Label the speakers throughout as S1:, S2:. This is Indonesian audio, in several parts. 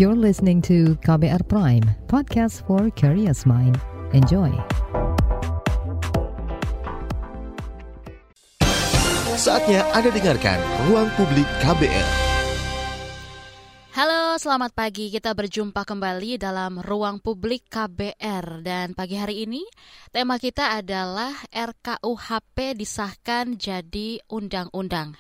S1: You're listening to KBR Prime, podcast for curious mind. Enjoy.
S2: Saatnya Anda dengarkan Ruang Publik KBR.
S3: Halo, selamat pagi. Kita berjumpa kembali dalam Ruang Publik KBR. Dan pagi hari ini, tema kita adalah RKUHP disahkan jadi undang-undang.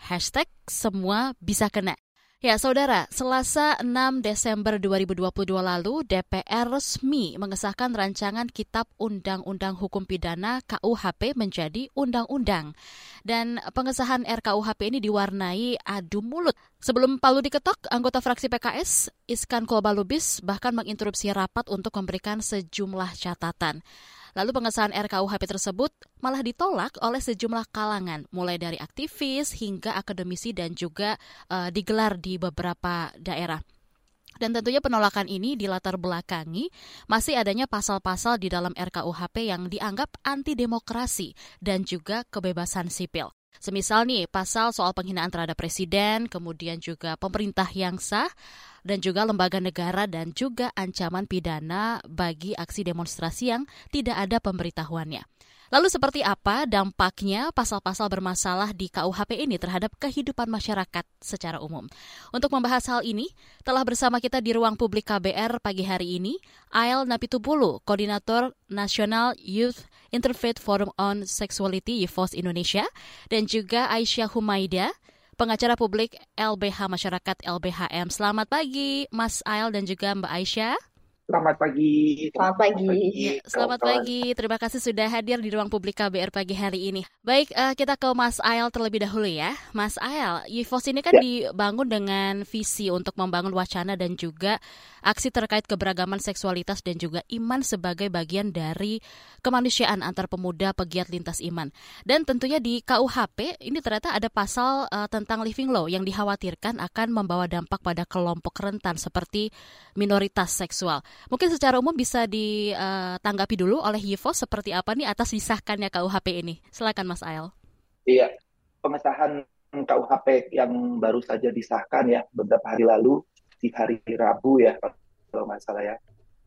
S3: #semua bisa kena. Ya, saudara, Selasa 6 Desember 2022 lalu, DPR resmi mengesahkan rancangan Kitab Undang-Undang Hukum Pidana KUHP menjadi undang-undang. Dan pengesahan RKUHP ini diwarnai adu mulut. Sebelum palu diketok, anggota fraksi PKS, Iskan Kolbalubis, bahkan menginterupsi rapat untuk memberikan sejumlah catatan. Lalu pengesahan RKUHP tersebut malah ditolak oleh sejumlah kalangan, mulai dari aktivis hingga akademisi dan juga digelar di beberapa daerah. Dan tentunya penolakan ini dilatar belakangi masih adanya pasal-pasal di dalam RKUHP yang dianggap anti-demokrasi dan juga kebebasan sipil. Semisal nih, pasal soal penghinaan terhadap presiden, kemudian juga pemerintah yang sah, dan juga lembaga negara dan juga ancaman pidana bagi aksi demonstrasi yang tidak ada pemberitahuannya. Lalu seperti apa dampaknya pasal-pasal bermasalah di KUHP ini terhadap kehidupan masyarakat secara umum? Untuk membahas hal ini, telah bersama kita di Ruang Publik KBR pagi hari ini, Ael Napitupulu, Koordinator Nasional Youth Interfaith Forum on Sexuality YIFOS Indonesia, dan juga Aisyah Humaida, pengacara publik LBH Masyarakat LBHM. Selamat pagi, Mas Ael dan juga Mbak Aisyah.
S4: Selamat pagi.
S3: Selamat pagi. Ya, selamat pagi. Terima kasih sudah hadir di Ruang Publik KBR pagi hari ini. Baik, kita ke Mas Ael terlebih dahulu ya. Mas Ael, YIFOS ini kan dibangun dengan visi untuk membangun wacana dan juga aksi terkait keberagaman seksualitas dan juga iman sebagai bagian dari kemanusiaan antar pemuda pegiat lintas iman. Dan tentunya di KUHP ini ternyata ada pasal tentang living law yang dikhawatirkan akan membawa dampak pada kelompok rentan seperti minoritas seksual. Mungkin secara umum bisa ditanggapi dulu oleh YIFOS seperti apa nih atas disahkannya KUHP ini. Silakan Mas Ael.
S4: Iya, pengesahan KUHP yang baru saja disahkan ya beberapa hari lalu di hari Rabu ya kalau nggak salah ya.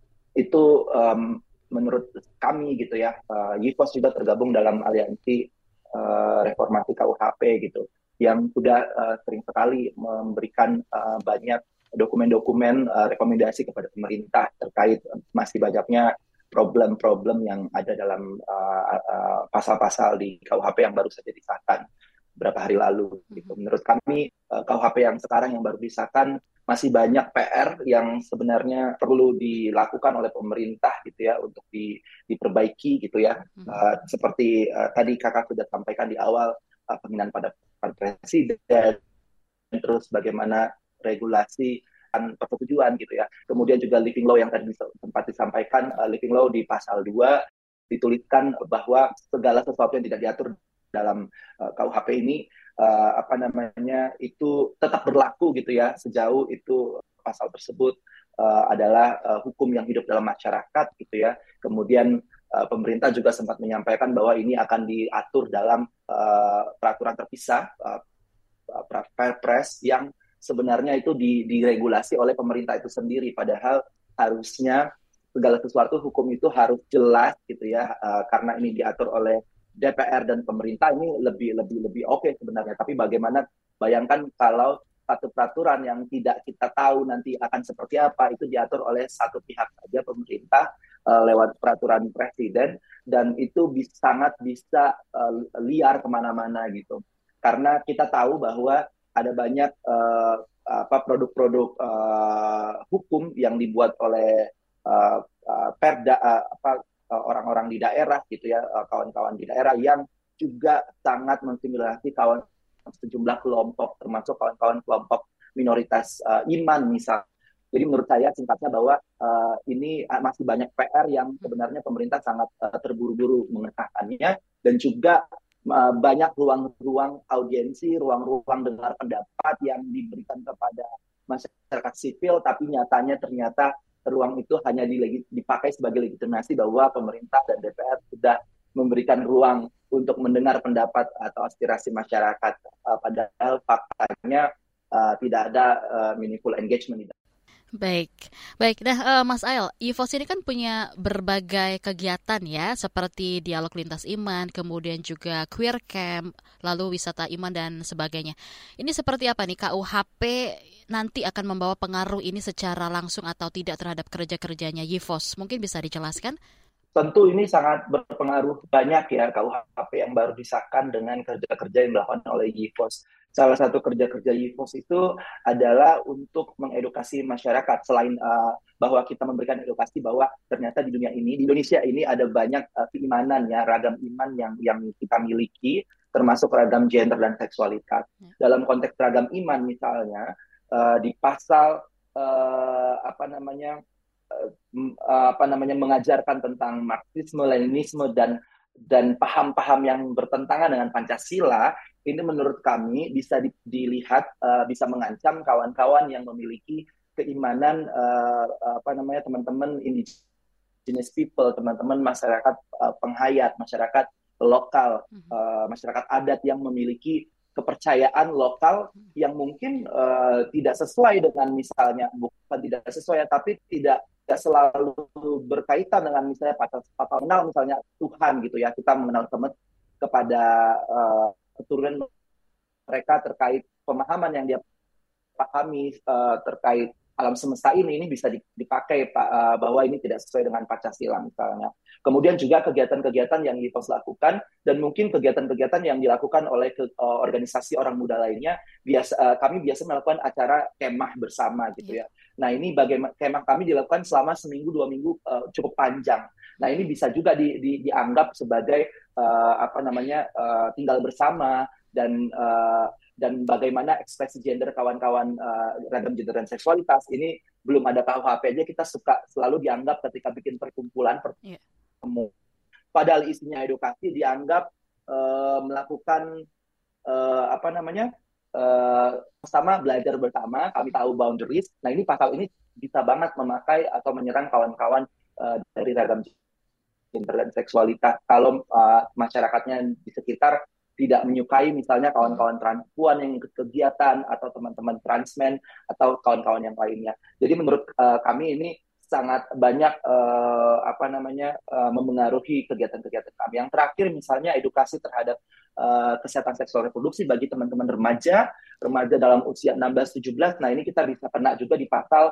S4: Itu menurut kami gitu ya, YIFOS juga tergabung dalam aliansi reformasi KUHP gitu, yang sudah sering sekali memberikan banyak dokumen-dokumen rekomendasi kepada pemerintah terkait masih banyaknya problem-problem yang ada dalam pasal-pasal di KUHP yang baru saja disahkan beberapa hari lalu. Gitu. Menurut kami KUHP yang sekarang yang baru disahkan masih banyak PR yang sebenarnya perlu dilakukan oleh pemerintah gitu ya untuk diperbaiki gitu ya. Seperti tadi kakak sudah sampaikan di awal penghinaan pada presiden, terus bagaimana regulasi dan persetujuan gitu ya. Kemudian juga living law yang tadi sempat disampaikan, living law di pasal 2 dituliskan bahwa segala sesuatu yang tidak diatur dalam KUHP ini itu tetap berlaku gitu ya sejauh itu pasal tersebut adalah hukum yang hidup dalam masyarakat gitu ya. Kemudian pemerintah juga sempat menyampaikan bahwa ini akan diatur dalam peraturan terpisah Perpres yang sebenarnya itu diregulasi oleh pemerintah itu sendiri, padahal harusnya segala sesuatu hukum itu harus jelas gitu ya, karena ini diatur oleh DPR dan pemerintah ini lebih oke sebenarnya. Tapi bagaimana bayangkan kalau satu peraturan yang tidak kita tahu nanti akan seperti apa itu diatur oleh satu pihak saja, pemerintah lewat peraturan presiden, dan itu sangat bisa liar kemana-mana gitu. Karena kita tahu bahwa ada banyak produk-produk hukum yang dibuat oleh perda orang-orang di daerah gitu ya, kawan-kawan di daerah yang juga sangat mensimulasi sejumlah kelompok, termasuk kawan-kawan kelompok minoritas iman misal. Jadi menurut saya singkatnya bahwa ini masih banyak PR yang sebenarnya pemerintah sangat terburu-buru mengesahkannya, dan juga banyak ruang-ruang audiensi, ruang-ruang dengar pendapat yang diberikan kepada masyarakat sipil, tapi nyatanya ternyata ruang itu hanya dipakai sebagai legitimasi bahwa pemerintah dan DPR sudah memberikan ruang untuk mendengar pendapat atau aspirasi masyarakat, padahal faktanya tidak ada meaningful engagement.
S3: Baik, baik. Nah, Mas Ael, IVOS ini kan punya berbagai kegiatan ya, seperti dialog lintas iman, kemudian juga queer camp, lalu wisata iman dan sebagainya. Ini seperti apa nih KUHP nanti akan membawa pengaruh ini secara langsung atau tidak terhadap kerja-kerjanya IVOS? Mungkin bisa dijelaskan?
S4: Tentu ini sangat berpengaruh banyak ya KUHP yang baru disahkan dengan kerja-kerja yang dilakukan oleh YIVOS. Salah satu kerja-kerja YIVOS itu adalah untuk mengedukasi masyarakat selain bahwa kita memberikan edukasi bahwa ternyata di dunia ini, di Indonesia ini ada banyak keimanan ya, ragam iman yang kita miliki, termasuk ragam gender dan seksualitas. Dalam konteks ragam iman misalnya di pasal mengajarkan tentang Marxisme, Leninisme dan paham-paham yang bertentangan dengan Pancasila, ini menurut kami bisa dilihat bisa mengancam kawan-kawan yang memiliki keimanan teman-teman indigenous people, teman-teman masyarakat penghayat, masyarakat lokal, masyarakat adat yang memiliki kepercayaan lokal yang mungkin tidak sesuai dengan misalnya, bukan tidak sesuai tapi tidak selalu berkaitan dengan misalnya papa mengenal misalnya Tuhan gitu ya, kita mengenal kepada keturunan mereka terkait pemahaman yang dia pahami terkait alam semesta ini bisa dipakai bahwa ini tidak sesuai dengan Pancasila misalnya. Kemudian juga kegiatan-kegiatan yang YIVOS lakukan dan mungkin kegiatan-kegiatan yang dilakukan oleh organisasi orang muda lainnya, kami biasa melakukan acara kemah bersama gitu ya. Nah ini bagaimana kemah kami dilakukan selama seminggu 2 minggu cukup panjang. Nah ini bisa juga dianggap sebagai tinggal bersama dan bagaimana ekspresi gender kawan-kawan ragam gender dan seksualitas ini belum ada KUHP aja kita suka selalu dianggap ketika bikin perkumpulan padahal isinya edukasi dianggap melakukan sama belajar bersama, kami tahu boundaries. Nah ini pasal ini bisa banget memakai atau menyerang kawan-kawan dari ragam gender dan seksualitas kalau masyarakatnya di sekitar tidak menyukai misalnya kawan-kawan transpuan yang ikut kegiatan atau teman-teman transmen atau kawan-kawan yang lainnya. Jadi menurut kami ini sangat banyak memengaruhi kegiatan-kegiatan kami. Yang terakhir misalnya edukasi terhadap kesehatan seksual reproduksi bagi teman-teman remaja dalam usia 16-17. Nah ini kita bisa kena juga di pasal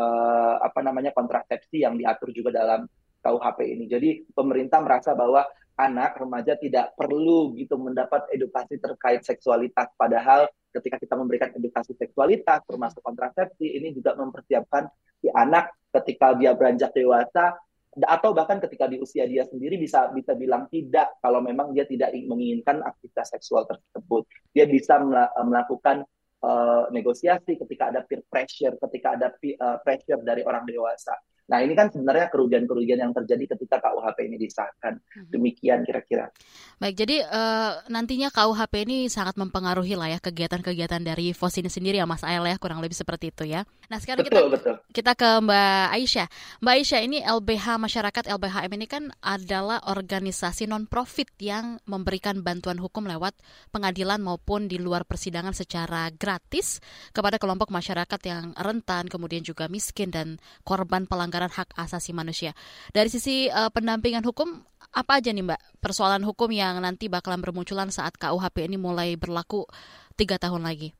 S4: kontrasepsi yang diatur juga dalam KUHP ini. Jadi pemerintah merasa bahwa anak remaja tidak perlu gitu mendapat edukasi terkait seksualitas, padahal ketika kita memberikan edukasi seksualitas termasuk kontrasepsi ini juga mempersiapkan si anak ketika dia beranjak dewasa atau bahkan ketika di usia dia sendiri bisa bilang tidak kalau memang dia tidak menginginkan aktivitas seksual tersebut. Dia bisa melakukan negosiasi ketika ada peer pressure, ketika ada pressure dari orang dewasa. Nah ini kan sebenarnya kerugian-kerugian yang terjadi ketika KUHP ini disahkan. Demikian kira-kira.
S3: Baik, jadi nantinya KUHP ini sangat mempengaruhi lah ya kegiatan-kegiatan dari YIVOS ini sendiri ya Mas Ael ya, kurang lebih seperti itu ya. Nah sekarang kita ke Mbak Aisyah. Mbak Aisyah, ini LBH Masyarakat, LBHM ini kan adalah organisasi non-profit yang memberikan bantuan hukum lewat pengadilan maupun di luar persidangan secara gratis kepada kelompok masyarakat yang rentan, kemudian juga miskin dan korban pelanggaran hak asasi manusia. Dari sisi pendampingan hukum, apa aja nih Mbak persoalan hukum yang nanti bakalan bermunculan saat KUHP ini mulai berlaku 3 tahun lagi?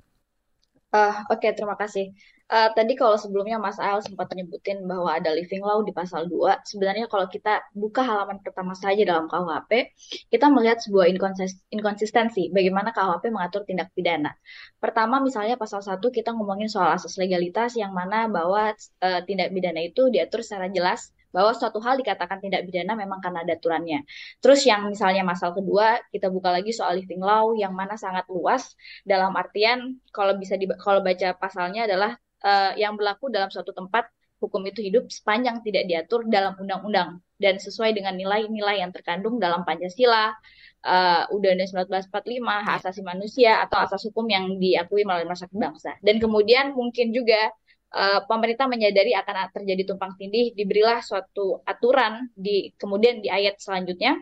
S5: Oke, terima kasih. Tadi kalau sebelumnya Mas Ael sempat nyebutin bahwa ada living law di pasal 2. Sebenarnya kalau kita buka halaman pertama saja dalam KUHP, kita melihat sebuah inkonsistensi bagaimana KUHP mengatur tindak pidana. Pertama misalnya pasal 1 kita ngomongin soal asas legalitas yang mana bahwa tindak pidana itu diatur secara jelas bahwa suatu hal dikatakan tindak pidana memang karena ada aturannya. Terus yang misalnya pasal kedua, kita buka lagi soal living law yang mana sangat luas dalam artian kalau baca pasalnya adalah yang berlaku dalam suatu tempat hukum itu hidup sepanjang tidak diatur dalam undang-undang dan sesuai dengan nilai-nilai yang terkandung dalam Pancasila, Undang-Undang 1945, hak asasi manusia atau asas hukum yang diakui melalui masyarakat bangsa. Dan kemudian mungkin juga pemerintah menyadari akan terjadi tumpang tindih, diberilah suatu aturan kemudian di ayat selanjutnya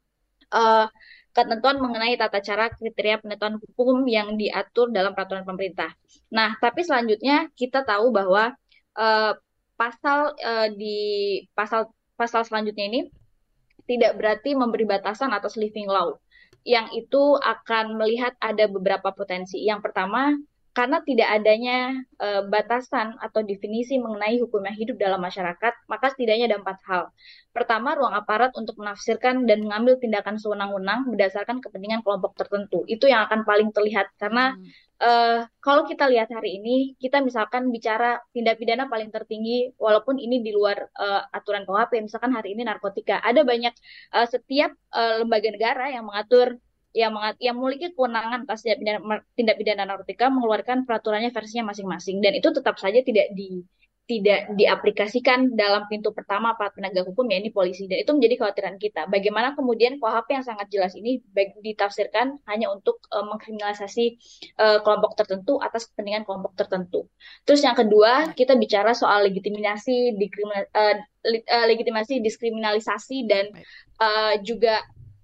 S5: ketentuan mengenai tata cara kriteria penentuan hukum yang diatur dalam peraturan pemerintah. Nah, tapi selanjutnya kita tahu bahwa pasal di pasal selanjutnya ini tidak berarti memberi batasan atas living law, yang itu akan melihat ada beberapa potensi. Yang pertama, karena tidak adanya batasan atau definisi mengenai hukum yang hidup dalam masyarakat, maka setidaknya ada 4 hal. Pertama, ruang aparat untuk menafsirkan dan mengambil tindakan sewenang-wenang berdasarkan kepentingan kelompok tertentu. Itu yang akan paling terlihat, karena kalau kita lihat hari ini, kita misalkan bicara tindak pidana paling tertinggi, walaupun ini di luar aturan KUHP, misalkan hari ini narkotika. Ada banyak setiap lembaga negara yang mengatur yang memiliki kewenangan atas tindak pidana narkotika mengeluarkan peraturannya versinya masing-masing, dan itu tetap saja tidak diaplikasikan dalam pintu pertama aparat penegak hukum, yakni polisi, dan itu menjadi kekhawatiran kita. Bagaimana kemudian KUHP yang sangat jelas ini ditafsirkan hanya untuk mengkriminalisasi kelompok tertentu atas kepentingan kelompok tertentu. Terus yang kedua, kita bicara soal legitimasi, diskriminalisasi dan juga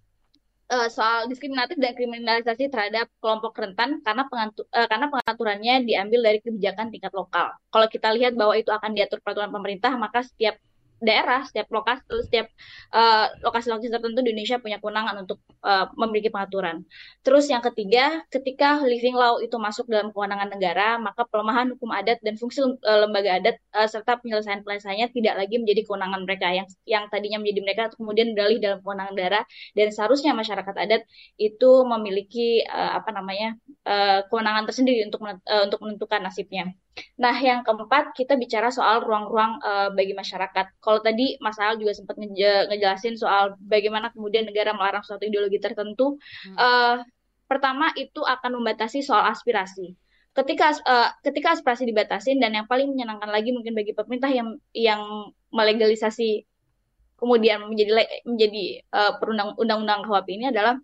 S5: soal diskriminatif dan kriminalisasi terhadap kelompok rentan karena pengaturannya diambil dari kebijakan tingkat lokal. Kalau kita lihat bahwa itu akan diatur peraturan pemerintah, maka setiap daerah, setiap lokasi-lokasi tertentu di Indonesia punya kewenangan untuk memiliki pengaturan. Terus yang ketiga, ketika living law itu masuk dalam kewenangan negara, maka pelemahan hukum adat dan fungsi lembaga adat serta penyelesaian-penyelesaiannya tidak lagi menjadi kewenangan mereka yang tadinya menjadi mereka, kemudian beralih dalam kewenangan negara, dan seharusnya masyarakat adat itu memiliki kewenangan tersendiri untuk menentukan nasibnya. Nah, yang keempat, kita bicara soal ruang-ruang bagi masyarakat. Kalau tadi Mas Al juga sempat ngejelasin soal bagaimana kemudian negara melarang suatu ideologi tertentu. Pertama, itu akan membatasi soal aspirasi. Ketika aspirasi dibatasin, dan yang paling menyenangkan lagi mungkin bagi pemerintah yang melegalisasi kemudian menjadi perundang-undang KUHP ini adalah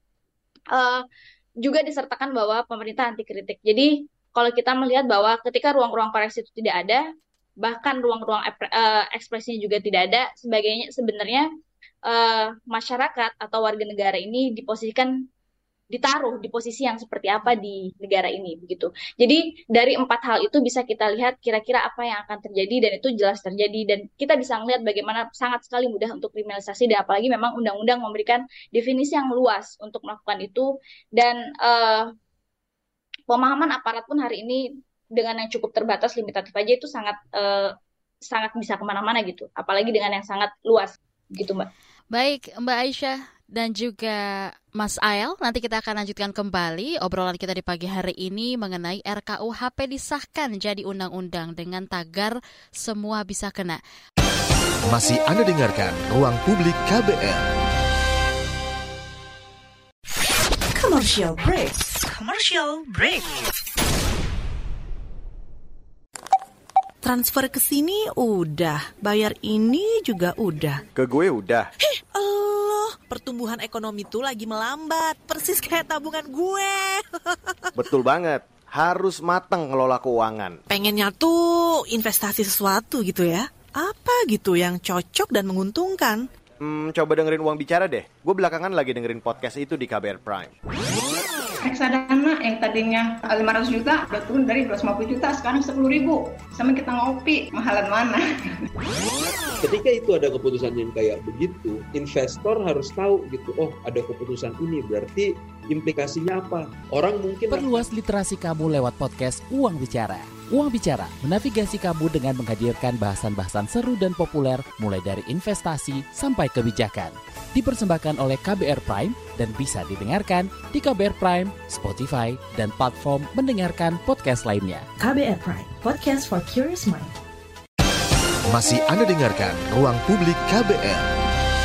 S5: juga disertakan bahwa pemerintah anti kritik. Jadi kalau kita melihat bahwa ketika ruang-ruang koreksi itu tidak ada, bahkan ruang-ruang ekspresinya juga tidak ada, sebenarnya masyarakat atau warga negara ini ditaruh di posisi yang seperti apa di negara ini, begitu. Jadi dari 4 hal itu bisa kita lihat kira-kira apa yang akan terjadi, dan itu jelas terjadi, dan kita bisa melihat bagaimana sangat sekali mudah untuk kriminalisasi, dan apalagi memang undang-undang memberikan definisi yang luas untuk melakukan itu, dan pemahaman aparat pun hari ini dengan yang cukup terbatas, limitatif aja, itu sangat bisa kemana-mana gitu, apalagi dengan yang sangat luas gitu, Mbak.
S3: Baik, Mbak Aisyah dan juga Mas Ael, nanti kita akan lanjutkan kembali obrolan kita di pagi hari ini mengenai RKUHP disahkan jadi undang-undang dengan tagar semua bisa kena.
S2: Masih Anda dengarkan Ruang Publik KBR.
S6: Commercial break. Transfer ke sini udah, bayar ini juga udah.
S7: Ke gue udah.
S6: Allah, pertumbuhan ekonomi tuh lagi melambat, persis kayak tabungan gue.
S7: Betul banget, harus matang ngelola keuangan.
S6: Pengennya tuh investasi sesuatu gitu ya. Apa gitu yang cocok dan menguntungkan?
S7: Coba dengerin Uang Bicara deh. Gue belakangan lagi dengerin podcast itu di KBR Prime.
S8: Reksadana yang tadinya 500 juta udah turun dari 250 juta sekarang 10.000. Sama kita ngopi, mahalan mana?
S9: Ketika itu ada keputusan yang kayak begitu, investor harus tahu gitu, oh ada keputusan ini berarti implikasinya apa. Orang mungkin
S10: perluas literasi kamu lewat podcast Uang Bicara. Uang Bicara menavigasi kamu dengan menghadirkan bahasan-bahasan seru dan populer mulai dari investasi sampai kebijakan. Dipersembahkan oleh KBR Prime dan bisa didengarkan di KBR Prime, Spotify, dan platform mendengarkan podcast lainnya.
S6: KBR Prime, podcast for curious mind.
S2: Masih Anda dengarkan Ruang Publik KBR.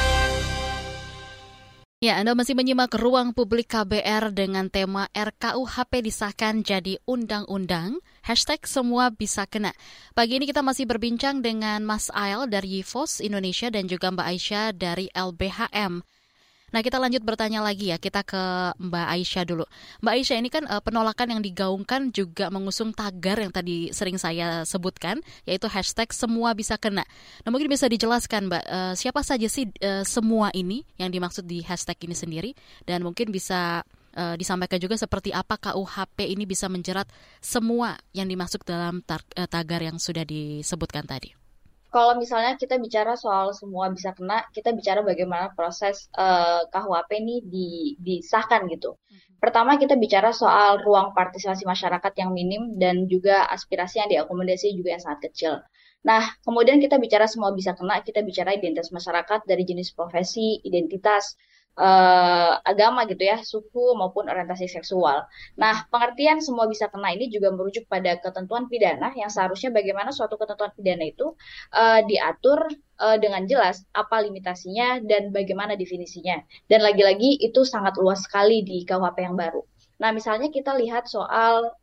S3: Ya, Anda masih menyimak Ruang Publik KBR dengan tema RKUHP disahkan jadi undang-undang, #semua bisa kena. Pagi ini kita masih berbincang dengan Mas Ael dari FOS Indonesia dan juga Mbak Aisyah dari LBHM. Nah, kita lanjut bertanya lagi ya, kita ke Mbak Aisyah dulu. Mbak Aisyah, ini kan penolakan yang digaungkan juga mengusung tagar yang tadi sering saya sebutkan, yaitu #semua bisa kena. Nah, mungkin bisa dijelaskan Mbak, siapa saja sih semua ini yang dimaksud di hashtag ini sendiri, dan mungkin bisa disampaikan juga seperti apa KUHP ini bisa menjerat semua yang dimasuk dalam tagar yang sudah disebutkan tadi.
S5: Kalau misalnya kita bicara soal semua bisa kena, kita bicara bagaimana proses KUHP ini disahkan gitu. Pertama kita bicara soal ruang partisipasi masyarakat yang minim dan juga aspirasi yang diakomodasi juga yang sangat kecil. Nah, kemudian kita bicara semua bisa kena, kita bicara identitas masyarakat dari jenis profesi, identitas, agama gitu ya, suku maupun orientasi seksual. Nah, pengertian semua bisa kena ini juga merujuk pada ketentuan pidana yang seharusnya bagaimana suatu ketentuan pidana itu diatur dengan jelas apa limitasinya dan bagaimana definisinya. Dan lagi-lagi itu sangat luas sekali di KUHP yang baru. Nah, misalnya kita lihat soal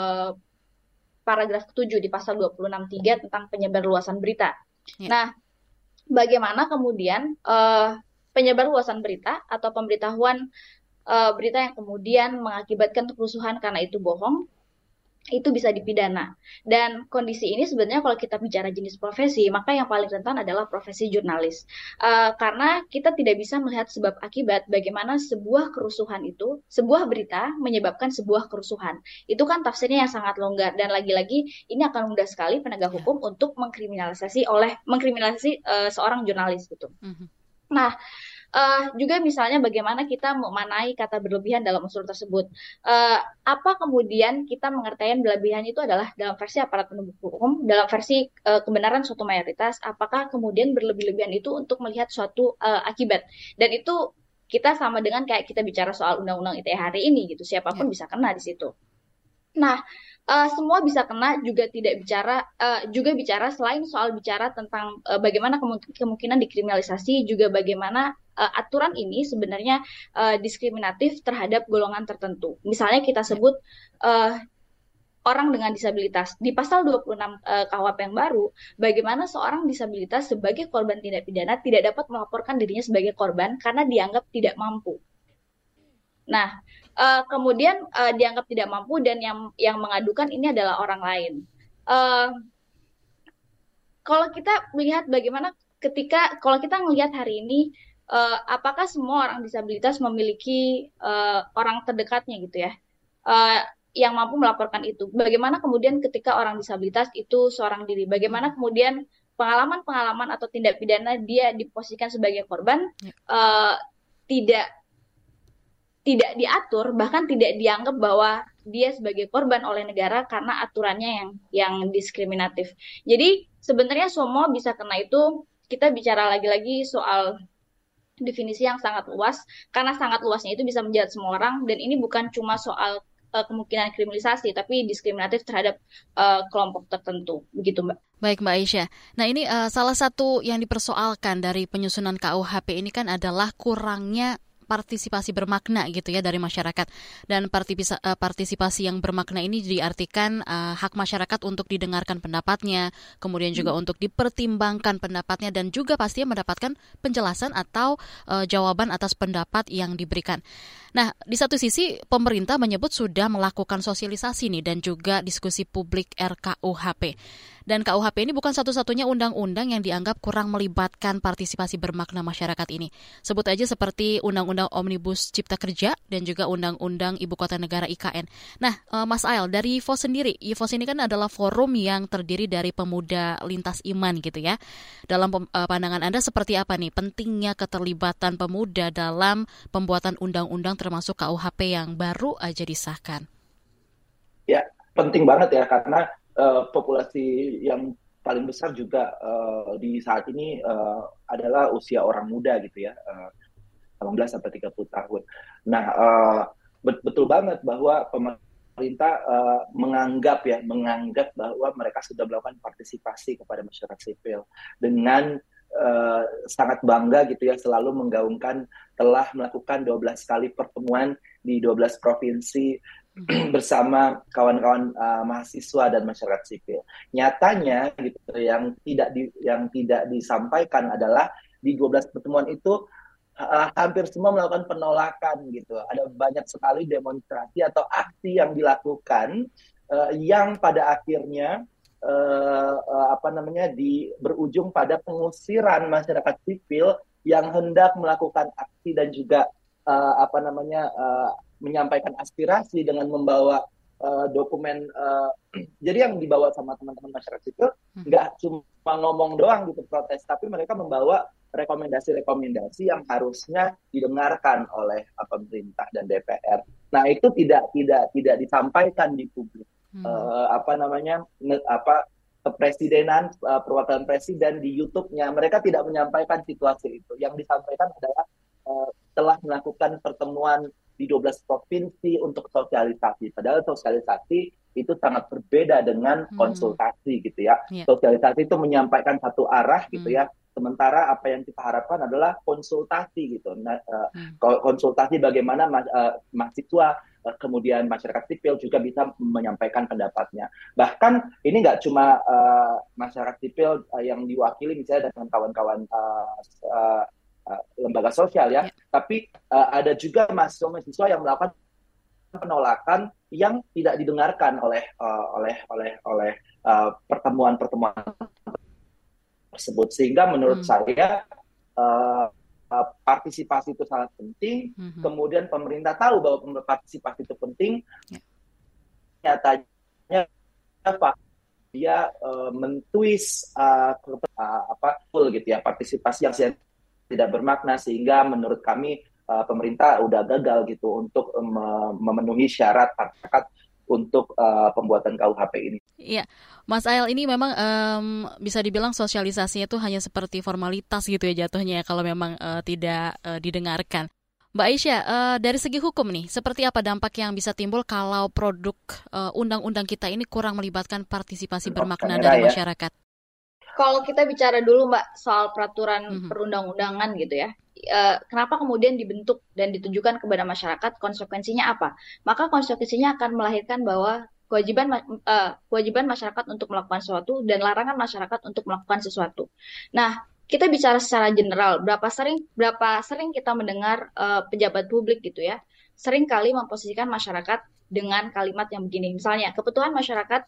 S5: paragraf 7 di pasal 26.3 tentang penyebarluasan berita. Nah, bagaimana kemudian penyebarluasan berita atau pemberitahuan berita yang kemudian mengakibatkan kerusuhan karena itu bohong, itu bisa dipidana. Dan kondisi ini sebenarnya kalau kita bicara jenis profesi, maka yang paling rentan adalah profesi jurnalis. Karena kita tidak bisa melihat sebab akibat bagaimana sebuah kerusuhan itu, sebuah berita menyebabkan sebuah kerusuhan. Itu kan tafsirnya yang sangat longgar, dan lagi-lagi ini akan mudah sekali penegak hukum untuk mengkriminalisasi seorang jurnalis gitu. Nah, juga misalnya bagaimana kita memanai kata berlebihan dalam unsur tersebut. Apa kemudian kita pengertian berlebihan itu adalah dalam versi aparat penegak hukum, dalam versi kebenaran suatu mayoritas, apakah kemudian berlebih-lebihan itu untuk melihat suatu akibat. Dan itu kita sama dengan kayak kita bicara soal undang-undang ITE hari ini gitu, siapapun bisa kena di situ. Nah, semua bisa kena juga bicara selain soal bicara tentang bagaimana kemungkinan dikriminalisasi, juga bagaimana aturan ini sebenarnya diskriminatif terhadap golongan tertentu. Misalnya kita sebut orang dengan disabilitas. Di pasal 26 KUHP yang baru, bagaimana seorang disabilitas sebagai korban tindak pidana tidak dapat melaporkan dirinya sebagai korban karena dianggap tidak mampu. Nah, kemudian dianggap tidak mampu dan yang mengadukan ini adalah orang lain. Kalau kita melihat bagaimana kalau kita melihat hari ini, apakah semua orang disabilitas memiliki orang terdekatnya gitu ya, yang mampu melaporkan itu? Bagaimana kemudian ketika orang disabilitas itu seorang diri? Bagaimana kemudian pengalaman-pengalaman atau tindak pidana dia diposisikan sebagai korban tidak diatur, bahkan tidak dianggap bahwa dia sebagai korban oleh negara karena aturannya yang diskriminatif. Jadi sebenarnya semua bisa kena itu, kita bicara lagi-lagi soal definisi yang sangat luas, karena sangat luasnya itu bisa menjerat semua orang, dan ini bukan cuma soal kemungkinan kriminalisasi, tapi diskriminatif terhadap kelompok tertentu, begitu Mbak.
S3: Baik Mbak Aisyah. Nah ini salah satu yang dipersoalkan dari penyusunan KUHP ini kan adalah kurangnya partisipasi bermakna gitu ya dari masyarakat, dan partisipasi yang bermakna ini diartikan hak masyarakat untuk didengarkan pendapatnya, kemudian juga untuk dipertimbangkan pendapatnya, dan juga pastinya mendapatkan penjelasan atau jawaban atas pendapat yang diberikan. Nah, di satu sisi pemerintah menyebut sudah melakukan sosialisasi nih dan juga diskusi publik RKUHP. Dan KUHP ini bukan satu-satunya undang-undang yang dianggap kurang melibatkan partisipasi bermakna masyarakat ini. Sebut aja seperti Undang-Undang Omnibus Cipta Kerja dan juga Undang-Undang Ibu Kota Negara IKN. Nah, Mas Ael, dari IVOS sendiri, IVOS ini kan adalah forum yang terdiri dari pemuda lintas iman gitu ya. Dalam pandangan Anda seperti apa nih pentingnya keterlibatan pemuda dalam pembuatan undang-undang termasuk KUHP yang baru aja disahkan?
S4: Ya, penting banget ya, karena populasi yang paling besar juga di saat ini adalah usia orang muda gitu ya, 18 sampai 30 tahun. Nah, betul banget bahwa pemerintah menganggap bahwa mereka sudah melakukan partisipasi kepada masyarakat sipil dengan sangat bangga gitu ya, selalu menggaungkan telah melakukan 12 kali pertemuan di 12 provinsi bersama kawan-kawan mahasiswa dan masyarakat sipil. Nyatanya gitu yang tidak disampaikan adalah di 12 pertemuan itu hampir semua melakukan penolakan gitu. Ada banyak sekali demonstrasi atau aksi yang dilakukan yang pada akhirnya berujung pada pengusiran masyarakat sipil yang hendak melakukan aksi dan juga menyampaikan aspirasi dengan membawa dokumen. Jadi yang dibawa sama teman-teman masyarakat sipil nggak cuma ngomong doang gitu protes, tapi mereka membawa rekomendasi-rekomendasi yang harusnya didengarkan oleh pemerintah dan DPR. Nah, itu tidak disampaikan di publik. Kepresidenan, perwakilan presiden di YouTube-nya, mereka tidak menyampaikan situasi itu. Yang disampaikan adalah telah melakukan pertemuan di 12 provinsi untuk sosialisasi. Padahal sosialisasi itu sangat berbeda dengan konsultasi gitu ya. Sosialisasi itu menyampaikan satu arah gitu ya. Sementara apa yang kita harapkan adalah konsultasi gitu. Konsultasi bagaimana mahasiswa, kemudian masyarakat sipil juga bisa menyampaikan pendapatnya. Bahkan ini nggak cuma masyarakat sipil yang diwakili misalnya dengan kawan-kawan lembaga sosial ya, tapi ada juga mahasiswa yang melakukan penolakan yang tidak didengarkan oleh pertemuan-pertemuan tersebut. Sehingga menurut saya partisipasi itu sangat penting. Kemudian pemerintah tahu bahwa partisipasi itu penting. Nyatanya dia mentwist full gitu ya, partisipasi yang tidak bermakna, sehingga menurut kami pemerintah udah gagal gitu untuk memenuhi syarat masyarakat untuk pembuatan KUHP ini.
S3: Iya, Mas Ael, ini memang bisa dibilang sosialisasinya itu hanya seperti formalitas gitu ya jatuhnya kalau memang tidak didengarkan. Mbak Aisyah, dari segi hukum nih, seperti apa dampak yang bisa timbul kalau produk undang-undang kita ini kurang melibatkan partisipasi bermakna dari masyarakat?
S5: Kalau kita bicara dulu Mbak soal peraturan perundang-undangan gitu ya, kenapa kemudian dibentuk dan ditujukan kepada masyarakat, konsekuensinya apa? Maka konsekuensinya akan melahirkan bahwa kewajiban masyarakat untuk melakukan sesuatu dan larangan masyarakat untuk melakukan sesuatu. Nah, kita bicara secara general, berapa sering kita mendengar pejabat publik gitu ya, sering kali memposisikan masyarakat dengan kalimat yang begini, misalnya kebutuhan masyarakat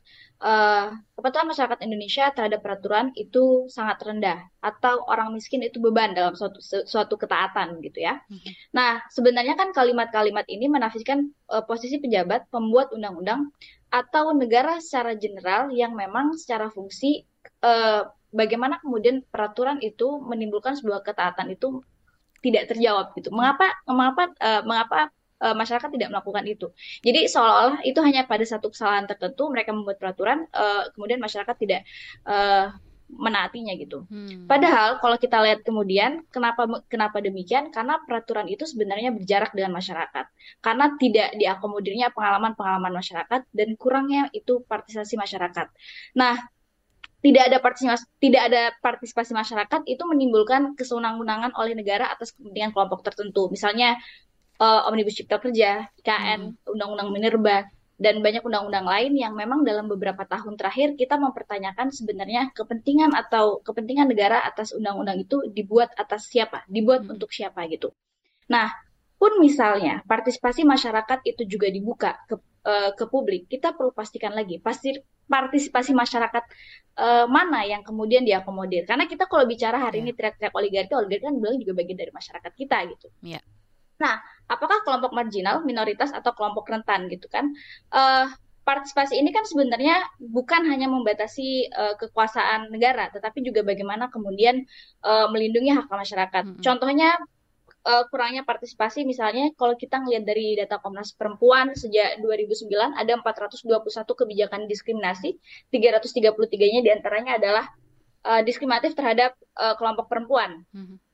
S5: Indonesia terhadap peraturan itu sangat rendah, atau orang miskin itu beban dalam suatu ketaatan gitu ya. Nah, sebenarnya kan kalimat-kalimat ini menafsirkan posisi pejabat pembuat undang-undang atau negara secara general yang memang secara fungsi bagaimana kemudian peraturan itu menimbulkan sebuah ketaatan itu tidak terjawab gitu. Mengapa masyarakat tidak melakukan itu? Jadi seolah-olah itu hanya pada satu kesalahan tertentu mereka membuat peraturan, kemudian masyarakat tidak menaatinya gitu. Padahal kalau kita lihat kemudian kenapa demikian? Karena peraturan itu sebenarnya berjarak dengan masyarakat. Karena tidak diakomodirnya pengalaman-pengalaman masyarakat dan kurangnya itu partisipasi masyarakat. Nah, tidak ada partisipasi masyarakat itu menimbulkan kesewenang-wenangan oleh negara atas kepentingan kelompok tertentu. Misalnya Omnibus Cipta Kerja, IKN, Undang-Undang Minerba, dan banyak undang-undang lain yang memang dalam beberapa tahun terakhir kita mempertanyakan sebenarnya kepentingan negara atas undang-undang itu dibuat atas siapa, dibuat untuk siapa gitu. Nah, pun misalnya partisipasi masyarakat itu juga dibuka ke publik, kita perlu pastikan lagi partisipasi masyarakat mana yang kemudian diakomodir. Karena kita kalau bicara hari ini teriak-teriak oligarki kan bilang juga bagian dari masyarakat kita gitu. Nah, apakah kelompok marginal, minoritas, atau kelompok rentan gitu kan? Partisipasi ini kan sebenarnya bukan hanya membatasi kekuasaan negara, tetapi juga bagaimana kemudian melindungi hak masyarakat. Contohnya kurangnya partisipasi, misalnya kalau kita ngelihat dari data Komnas Perempuan sejak 2009 ada 421 kebijakan diskriminasi, 333-nya diantaranya adalah diskriminatif terhadap kelompok perempuan.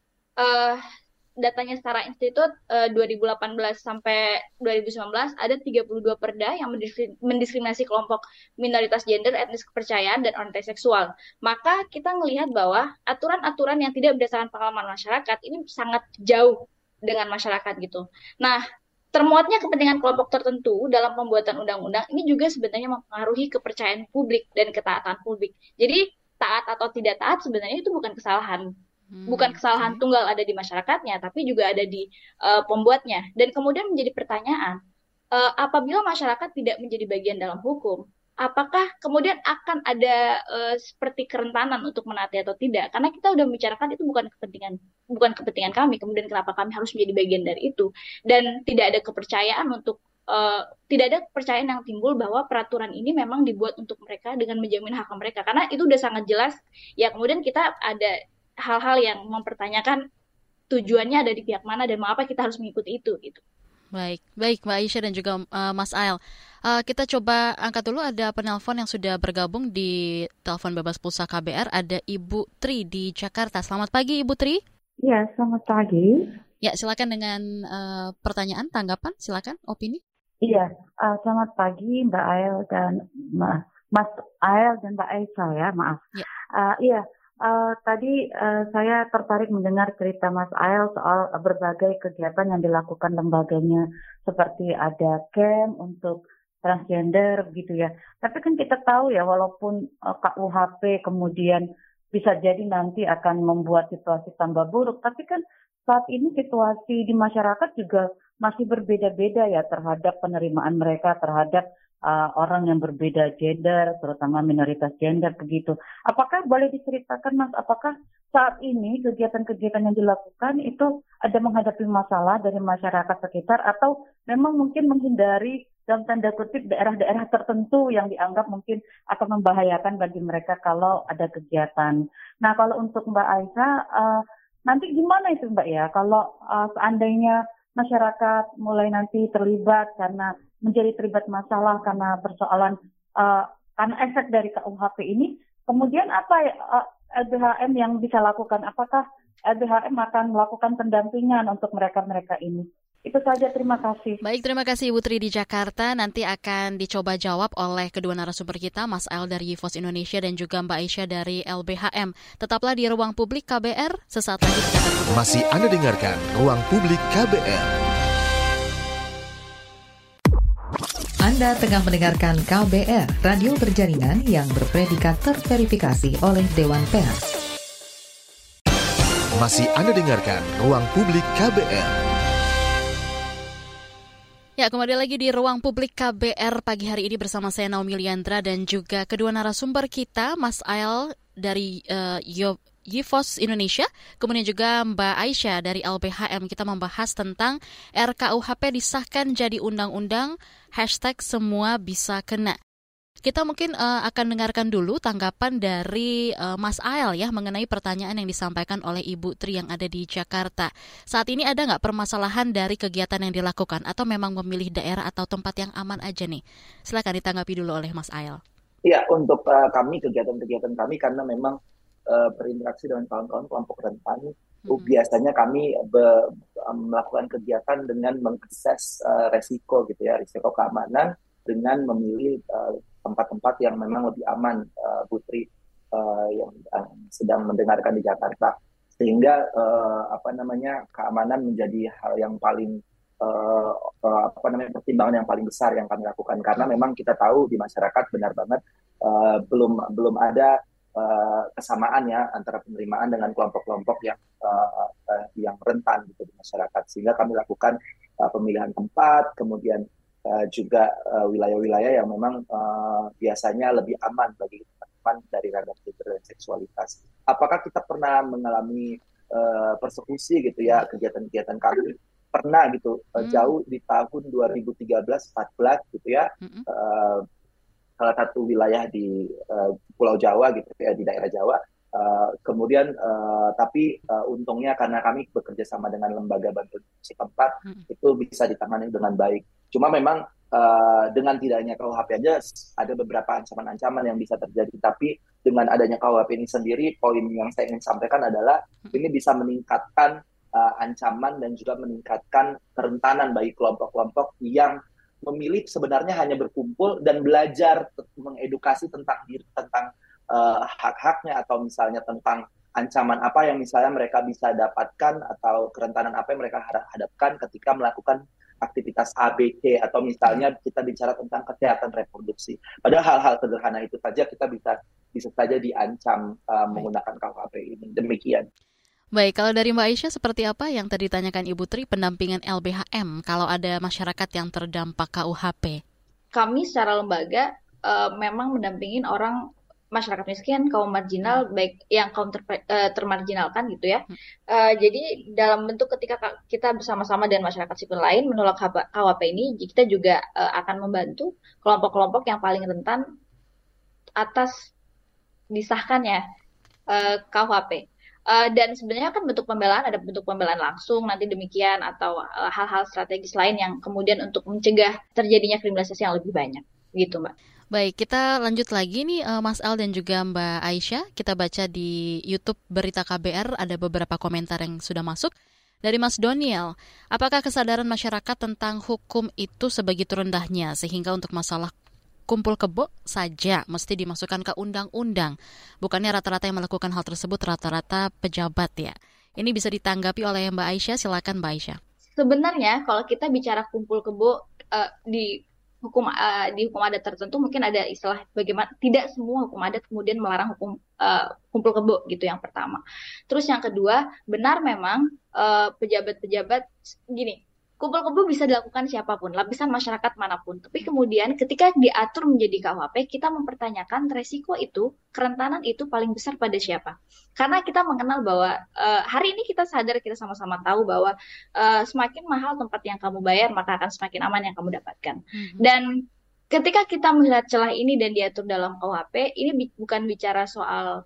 S5: Datanya Setara Institute 2018 sampai 2019 ada 32 perda yang mendiskriminasi kelompok minoritas gender, etnis kepercayaan, dan orientasi seksual. Maka kita melihat bahwa aturan-aturan yang tidak berdasarkan pengalaman masyarakat ini sangat jauh dengan masyarakat gitu. Nah, termuatnya kepentingan kelompok tertentu dalam pembuatan undang-undang ini juga sebenarnya mempengaruhi kepercayaan publik dan ketaatan publik. Jadi taat atau tidak taat sebenarnya itu bukan kesalahan. Bukan kesalahan tunggal ada di masyarakatnya, tapi juga ada di pembuatnya. Dan kemudian menjadi pertanyaan, apabila masyarakat tidak menjadi bagian dalam hukum, apakah kemudian akan ada seperti kerentanan untuk menaati atau tidak? Karena kita udah membicarakan itu bukan kepentingan kami. Kemudian kenapa kami harus menjadi bagian dari itu? Dan tidak ada kepercayaan tidak ada kepercayaan yang timbul bahwa peraturan ini memang dibuat untuk mereka dengan menjamin hak mereka. Karena itu udah sangat jelas. Ya kemudian kita ada hal-hal yang mempertanyakan tujuannya ada di pihak mana dan mengapa kita harus mengikuti itu gitu.
S3: Baik Mbak Aisyah dan juga Mas Ael. Kita coba angkat dulu, ada penelpon yang sudah bergabung di telepon bebas pulsa KBR. Ada Ibu Tri di Jakarta. Selamat pagi Ibu Tri.
S11: Ya, selamat pagi.
S3: Ya, silakan dengan pertanyaan, tanggapan, silakan, opini.
S11: Iya, selamat pagi Mbak Ael dan Mas Ael dan Mbak Aisyah ya, maaf. Ya. Tadi saya tertarik mendengar cerita Mas Ael soal berbagai kegiatan yang dilakukan lembaganya, seperti ada camp untuk transgender gitu ya. Tapi kan kita tahu ya, walaupun KUHP kemudian bisa jadi nanti akan membuat situasi tambah buruk, tapi kan saat ini situasi di masyarakat juga masih berbeda-beda ya terhadap penerimaan mereka terhadap orang yang berbeda gender, terutama minoritas gender begitu. Apakah boleh diceritakan Mas, apakah saat ini kegiatan-kegiatan yang dilakukan itu ada menghadapi masalah dari masyarakat sekitar atau memang mungkin menghindari dalam tanda kutip daerah-daerah tertentu yang dianggap mungkin akan membahayakan bagi mereka kalau ada kegiatan. Nah kalau untuk Mbak Aisyah, nanti gimana itu Mbak ya kalau seandainya masyarakat mulai nanti terlibat karena menjadi terlibat masalah karena persoalan karena efek dari KUHP ini, kemudian apa LBHM yang bisa lakukan? Apakah LBHM akan melakukan pendampingan untuk mereka-mereka ini? Itu saja, terima kasih.
S3: Baik, terima kasih Ibu Tri di Jakarta. Nanti akan dicoba jawab oleh kedua narasumber kita, Mas Ael dari YIVOS Indonesia dan juga Mbak Aisyah dari LBHM. Tetaplah di Ruang Publik KBR, sesaat lagi.
S2: Masih Anda dengarkan Ruang Publik KBR.
S1: Anda tengah mendengarkan KBR, radio berjaringan yang berpredikat terverifikasi oleh Dewan Pers.
S2: Masih Anda dengarkan Ruang Publik KBR.
S3: Ya, kembali lagi di Ruang Publik KBR pagi hari ini bersama saya Naomi Liandra dan juga kedua narasumber kita, Mas Ael dari YIVOS Indonesia, kemudian juga Mbak Aisyah dari LBHM. Kita membahas tentang RKUHP disahkan jadi undang-undang, #semua bisa kena. Kita mungkin akan dengarkan dulu tanggapan dari Mas Ael ya mengenai pertanyaan yang disampaikan oleh Ibu Tri yang ada di Jakarta. Saat ini ada nggak permasalahan dari kegiatan yang dilakukan atau memang memilih daerah atau tempat yang aman aja nih? Silakan ditanggapi dulu oleh Mas Ael.
S4: Ya, untuk kami, kegiatan-kegiatan kami karena memang berinteraksi dengan kawan-kawan kelompok rentan, biasanya kami melakukan kegiatan dengan mengakses resiko gitu ya, risiko keamanan dengan memilih tempat-tempat yang memang lebih aman, Putri yang sedang mendengarkan di Jakarta, sehingga keamanan menjadi hal yang paling pertimbangan yang paling besar yang kami lakukan, karena memang kita tahu di masyarakat benar banget belum ada kesamaan ya antara penerimaan dengan kelompok-kelompok yang rentan gitu di masyarakat, sehingga kami lakukan pemilihan tempat, kemudian juga wilayah-wilayah yang memang biasanya lebih aman bagi teman-teman dari ragam gender dan seksualitas. Apakah kita pernah mengalami persekusi gitu ya kegiatan-kegiatan kami? Pernah gitu, jauh di tahun 2013-14 gitu ya. Salah satu wilayah di Pulau Jawa gitu ya, di daerah Jawa. Kemudian tapi untungnya karena kami bekerja sama dengan lembaga bantuan setempat, itu bisa ditangani dengan baik. Cuma memang dengan tidaknya KUHP aja ada beberapa ancaman-ancaman yang bisa terjadi. Tapi dengan adanya KUHP ini sendiri, poin yang saya ingin sampaikan adalah ini bisa meningkatkan ancaman dan juga meningkatkan kerentanan bagi kelompok-kelompok yang memilih sebenarnya hanya berkumpul dan belajar mengedukasi tentang hak-haknya, atau misalnya tentang ancaman apa yang misalnya mereka bisa dapatkan atau kerentanan apa yang mereka hadapkan ketika melakukan aktivitas ABC, atau misalnya kita bicara tentang kesehatan reproduksi. Padahal hal-hal sederhana itu saja kita bisa saja diancam menggunakan KUHP ini. Demikian.
S3: Baik, kalau dari Mbak Aisyah seperti apa yang tadi ditanyakan Ibu Tri, pendampingan LBHM kalau ada masyarakat yang terdampak KUHP?
S5: Kami secara lembaga memang mendampingin orang masyarakat miskin, kaum marginal, baik yang kaum termarginalkan gitu ya. Jadi dalam bentuk ketika kita bersama-sama dengan masyarakat sipil lain menolak KUHP ini, kita juga akan membantu kelompok-kelompok yang paling rentan atas disahkannya KUHP. Dan sebenarnya kan bentuk pembelaan, ada bentuk pembelaan langsung nanti demikian, atau hal-hal strategis lain yang kemudian untuk mencegah terjadinya kriminalisasi yang lebih banyak gitu Mbak.
S3: Baik, kita lanjut lagi nih Mas Al dan juga Mbak Aisyah. Kita baca di YouTube Berita KBR ada beberapa komentar yang sudah masuk. Dari Mas Doniel, apakah kesadaran masyarakat tentang hukum itu sebegitu rendahnya sehingga untuk masalah kumpul kebo saja mesti dimasukkan ke undang-undang? Bukannya rata-rata yang melakukan hal tersebut rata-rata pejabat ya? Ini bisa ditanggapi oleh Mbak Aisyah, silakan Mbak Aisyah.
S5: Sebenarnya kalau kita bicara kumpul kebo di hukum adat tertentu mungkin ada istilah bagaimana tidak semua hukum adat kemudian melarang hukum kumpul kebo gitu yang pertama. Terus yang kedua, benar memang pejabat-pejabat gini, kumpul kebo bisa dilakukan siapapun, lapisan masyarakat manapun. Tapi kemudian ketika diatur menjadi KUHP, kita mempertanyakan resiko itu, kerentanan itu paling besar pada siapa? Karena kita mengenal bahwa hari ini kita sadar, kita sama-sama tahu bahwa semakin mahal tempat yang kamu bayar, maka akan semakin aman yang kamu dapatkan. Dan ketika kita melihat celah ini dan diatur dalam KUHP, ini bukan bicara soal,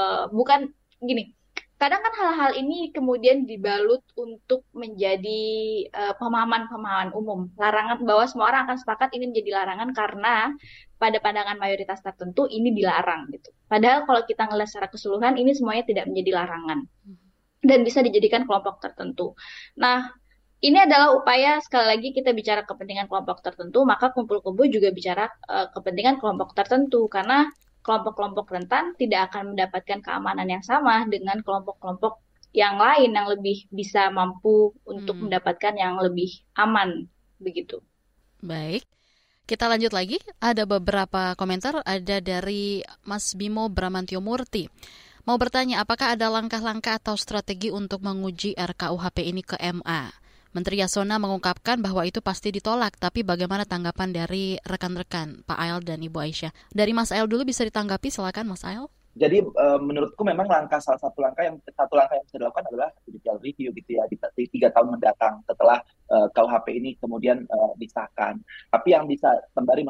S5: bukan gini, kadang kan hal-hal ini kemudian dibalut untuk menjadi pemahaman-pemahaman umum. Larangan, bahwa semua orang akan sepakat ini menjadi larangan karena pada pandangan mayoritas tertentu ini dilarang gitu. Padahal kalau kita ngelihat secara keseluruhan ini semuanya tidak menjadi larangan dan bisa dijadikan kelompok tertentu. Nah, ini adalah upaya, sekali lagi kita bicara kepentingan kelompok tertentu, maka kumpul kebo juga bicara kepentingan kelompok tertentu, karena kelompok-kelompok rentan tidak akan mendapatkan keamanan yang sama dengan kelompok-kelompok yang lain yang lebih bisa mampu untuk mendapatkan yang lebih aman, begitu.
S3: Baik, kita lanjut lagi. Ada beberapa komentar, ada dari Mas Bimo Bramantio Murti. Mau bertanya, apakah ada langkah-langkah atau strategi untuk menguji RKUHP ini ke MA? Menteri Yasona mengungkapkan bahwa itu pasti ditolak, tapi bagaimana tanggapan dari rekan-rekan Pak Ael dan Ibu Aisyah? Dari Mas Ael dulu bisa ditanggapi, silakan Mas Ael.
S4: Jadi menurutku memang salah satu langkah yang bisa dilakukan adalah judicial review gitu ya, di 3 tahun mendatang setelah KUHP ini kemudian disahkan. Tapi yang bisa sembari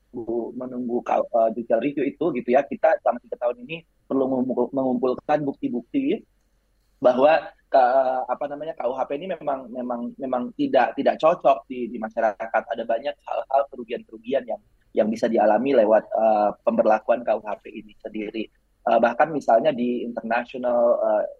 S4: menunggu judicial review itu gitu ya, kita selama 3 tahun ini perlu mengumpulkan bukti-bukti bahwa KUHP ini memang tidak cocok di masyarakat. Ada banyak hal-hal kerugian-kerugian yang bisa dialami lewat pemberlakuan KUHP ini sendiri. Bahkan misalnya di international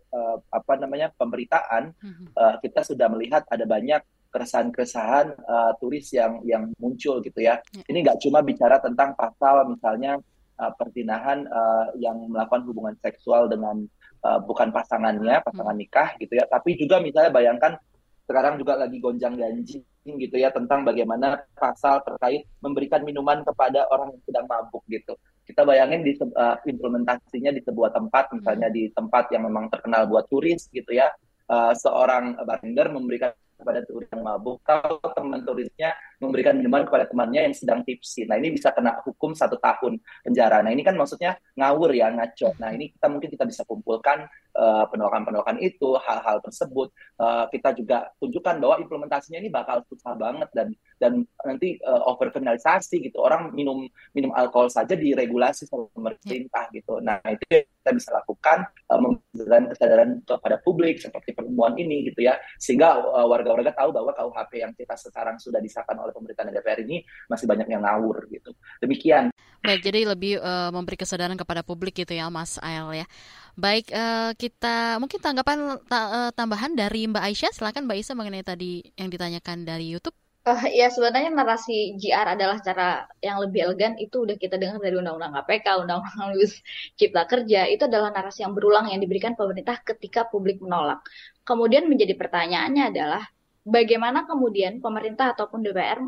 S4: pemberitaan, kita sudah melihat ada banyak keresahan-keresahan turis yang muncul gitu ya. Ini nggak cuma bicara tentang pasal misalnya perzinahan yang melakukan hubungan seksual dengan bukan pasangan nikah gitu ya, tapi juga misalnya bayangkan sekarang juga lagi gonjang-ganjing gitu ya tentang bagaimana pasal terkait memberikan minuman kepada orang yang sedang mabuk gitu. Kita bayangin di implementasinya di sebuah tempat, misalnya di tempat yang memang terkenal buat turis gitu ya, seorang bartender memberikan kepada turis yang mabuk, kalau teman turisnya memberikan minuman kepada temannya yang sedang tipsi. Nah, ini bisa kena hukum 1 tahun penjara. Nah, ini kan maksudnya ngawur ya, ngaco. Nah, ini mungkin kita bisa kumpulkan penolakan-penolakan itu, hal-hal tersebut. Kita juga tunjukkan bahwa implementasinya ini bakal susah banget dan nanti overkriminalisasi gitu. Orang minum alkohol saja diregulasi sama pemerintah gitu. Nah, itu kita bisa lakukan, memberikan kesadaran kepada publik seperti pertemuan ini gitu ya, sehingga warga-warga tahu bahwa KUHP yang kita sekarang sudah disahkan oleh pemerintah dan DPR ini masih banyak yang ngawur gitu. Demikian.
S3: Baik, jadi lebih memberi kesadaran kepada publik gitu ya Mas Ael ya. Baik, kita mungkin tanggapan tambahan dari Mbak Aisyah. Silakan Mbak Aisyah mengenai tadi yang ditanyakan dari YouTube.
S5: Ya sebenarnya narasi JR adalah cara yang lebih elegan, itu udah kita dengar dari Undang-Undang KPK, Undang-Undang Cipta Kerja, itu adalah narasi yang berulang yang diberikan pemerintah ketika publik menolak. Kemudian menjadi pertanyaannya adalah bagaimana kemudian pemerintah ataupun DPR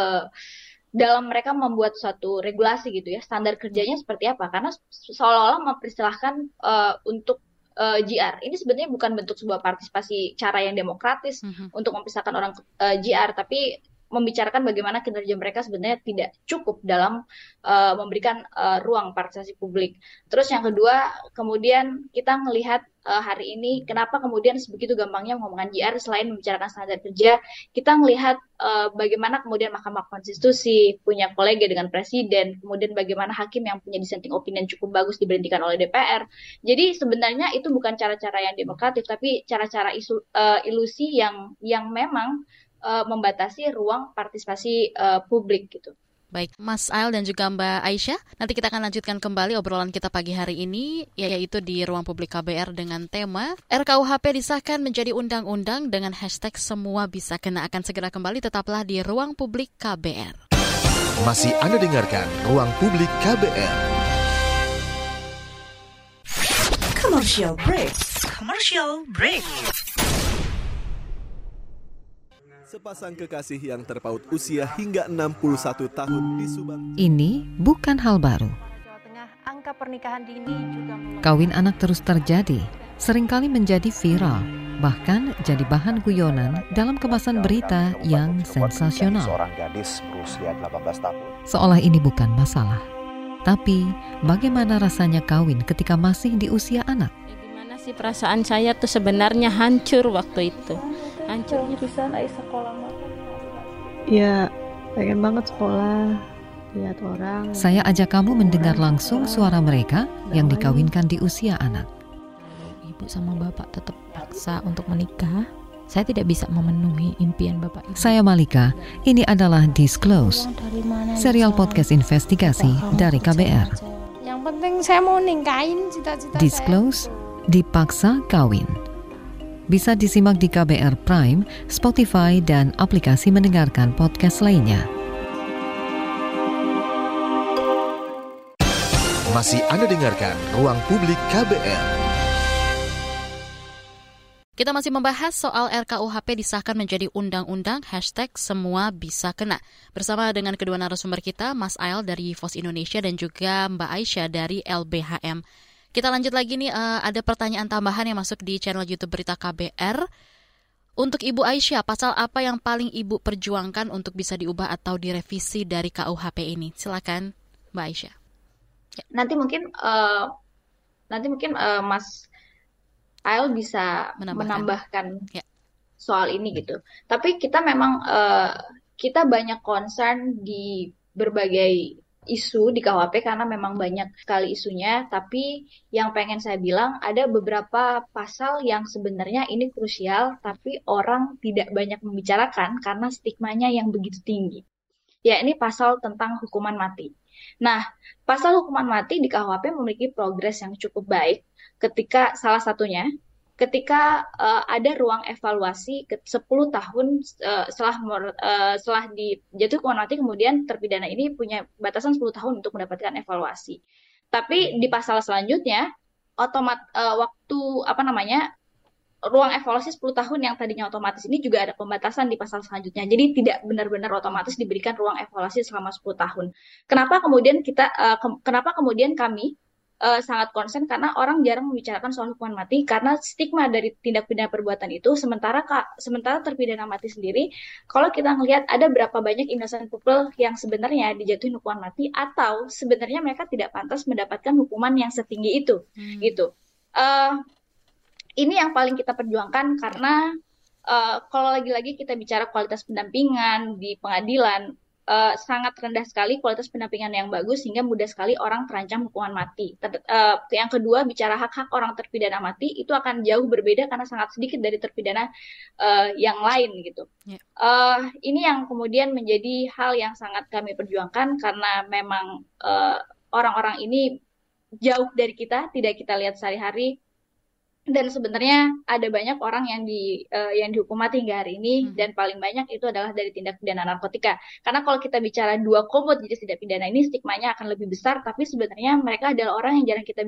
S5: dalam mereka membuat suatu regulasi gitu ya, standar kerjanya seperti apa? Karena seolah-olah mempersilahkan untuk JR. Ini sebenarnya bukan bentuk sebuah partisipasi cara yang demokratis untuk memisahkan orang JR, tapi membicarakan bagaimana kinerja mereka sebenarnya tidak cukup dalam memberikan ruang partisipasi publik. Terus yang kedua, kemudian kita melihat hari ini kenapa kemudian sebegitu gampangnya ngomongin JR selain membicarakan standar kerja, kita melihat bagaimana kemudian Mahkamah Konstitusi punya kolega dengan Presiden, kemudian bagaimana hakim yang punya dissenting opinion cukup bagus diberhentikan oleh DPR. Jadi sebenarnya itu bukan cara-cara yang demokratis, tapi cara-cara ilusi yang memang membatasi ruang partisipasi publik gitu.
S3: Baik, Mas Ael dan juga Mbak Aisyah, nanti kita akan lanjutkan kembali obrolan kita pagi hari ini, yaitu di Ruang Publik KBR dengan tema RKUHP disahkan menjadi undang-undang dengan hashtag semua bisa kena. Akan segera kembali, tetaplah di Ruang Publik KBR.
S2: Masih Anda dengarkan Ruang Publik KBR.
S12: Commercial break. Commercial break.
S13: Sepasang kekasih yang terpaut usia hingga 61 tahun di Subang.
S1: Ini bukan hal baru.
S14: Angka pernikahan dini juga
S1: Kawin anak terus terjadi, seringkali menjadi viral, bahkan jadi bahan guyonan dalam kemasan berita yang sensasional.
S15: Seorang gadis berusia 18 tahun.
S1: Seolah ini bukan masalah. Tapi, bagaimana rasanya kawin ketika masih di usia anak?
S16: Gimana sih perasaan saya tuh sebenarnya hancur waktu itu. Hancurnya
S14: bisa naik sekolah. Ya, pengen banget sekolah, lihat orang.
S1: Saya ajak kamu mendengar langsung suara mereka yang dikawinkan di usia anak.
S16: Ibu sama bapak tetap paksa untuk menikah. Saya tidak bisa memenuhi impian bapak ibu.
S1: Saya Malika, ini adalah Disclose, serial podcast investigasi dari KBR.
S16: Yang penting saya mau nikahin cita-cita
S1: Disclose, dipaksa kawin. Bisa disimak di KBR Prime, Spotify, dan aplikasi mendengarkan podcast lainnya.
S2: Masih Anda dengarkan Ruang Publik KBR.
S3: Kita masih membahas soal RKUHP disahkan menjadi undang-undang hashtag semua bisa kena. Bersama dengan kedua narasumber kita, Mas Ael dari VOS Indonesia dan juga Mbak Aisyah dari LBHM. Kita lanjut lagi nih, ada pertanyaan tambahan yang masuk di channel YouTube Berita KBR. Untuk Ibu Aisyah, pasal apa yang paling Ibu perjuangkan untuk bisa diubah atau direvisi dari KUHP ini? Silakan, Mbak Aisyah.
S5: Ya. Nanti mungkin Mas Ael bisa menambahkan soal ini gitu. Tapi kita memang kita banyak concern di berbagai isu di KUHP karena memang banyak sekali isunya, tapi yang pengen saya bilang ada beberapa pasal yang sebenarnya ini krusial tapi orang tidak banyak membicarakan karena stigmanya yang begitu tinggi. Ya, ini pasal tentang hukuman mati. Nah, pasal hukuman mati di KUHP memiliki progres yang cukup baik ketika salah satunya ketika ada ruang evaluasi 10 tahun setelah dijatuhi hukuman mati, kemudian terpidana ini punya batasan 10 tahun untuk mendapatkan evaluasi. Tapi di pasal selanjutnya ruang evaluasi 10 tahun yang tadinya otomatis ini juga ada pembatasan di pasal selanjutnya. Jadi tidak benar-benar otomatis diberikan ruang evaluasi selama 10 tahun. Kenapa kemudian kami sangat concern karena orang jarang membicarakan soal hukuman mati karena stigma dari tindak pidana perbuatan itu, sementara terpidana mati sendiri, kalau kita melihat ada berapa banyak innocent people yang sebenarnya dijatuhin hukuman mati atau sebenarnya mereka tidak pantas mendapatkan hukuman yang setinggi itu gitu. Ini yang paling kita perjuangkan karena kalau lagi-lagi kita bicara kualitas pendampingan di pengadilan, sangat rendah sekali kualitas pendampingan yang bagus sehingga mudah sekali orang terancam hukuman mati. Yang kedua, bicara hak-hak orang terpidana mati itu akan jauh berbeda karena sangat sedikit dari terpidana yang lain gitu. Ini yang kemudian menjadi hal yang sangat kami perjuangkan karena memang orang-orang ini jauh dari kita, tidak kita lihat sehari-hari. Dan sebenarnya ada banyak orang yang dihukum mati hingga hari ini dan paling banyak itu adalah dari tindak pidana narkotika. Karena kalau kita bicara dua komod jenis tindak pidana ini stigmanya akan lebih besar, tapi sebenarnya mereka adalah orang yang jarang kita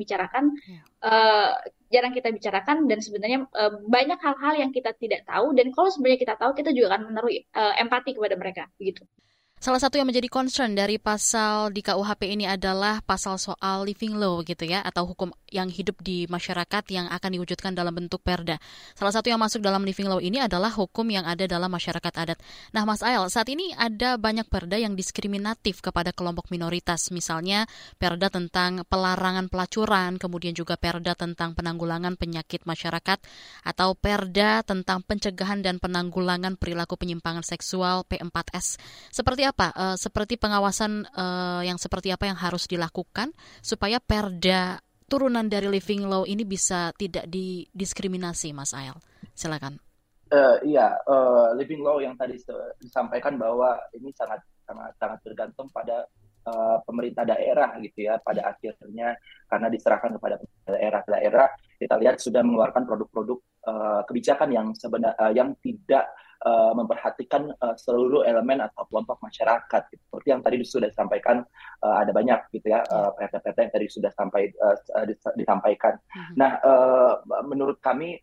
S5: bicarakan dan sebenarnya banyak hal-hal yang kita tidak tahu dan kalau sebenarnya kita tahu kita juga akan menaruh empati kepada mereka begitu.
S3: Salah satu yang menjadi concern dari pasal di KUHP ini adalah pasal soal living law gitu ya, atau hukum yang hidup di masyarakat yang akan diwujudkan dalam bentuk perda. Salah satu yang masuk dalam living law ini adalah hukum yang ada dalam masyarakat adat. Nah Mas Ael, saat ini ada banyak perda yang diskriminatif kepada kelompok minoritas. Misalnya perda tentang pelarangan pelacuran, kemudian juga perda tentang penanggulangan penyakit masyarakat, atau perda tentang pencegahan dan penanggulangan perilaku penyimpangan seksual P4S. Seperti apa? Seperti pengawasan yang seperti apa yang harus dilakukan supaya perda turunan dari living law ini bisa tidak didiskriminasi, Mas Ael? Silakan.
S4: Living law yang tadi disampaikan bahwa ini sangat bergantung pada pemerintah daerah gitu ya, pada akhirnya karena diserahkan kepada daerah. Kita lihat sudah mengeluarkan produk-produk kebijakan yang tidak memperhatikan seluruh elemen atau kelompok masyarakat. Seperti yang tadi sudah disampaikan, ada banyak gitu ya perda-perda yang tadi sudah disampaikan. Nah, menurut kami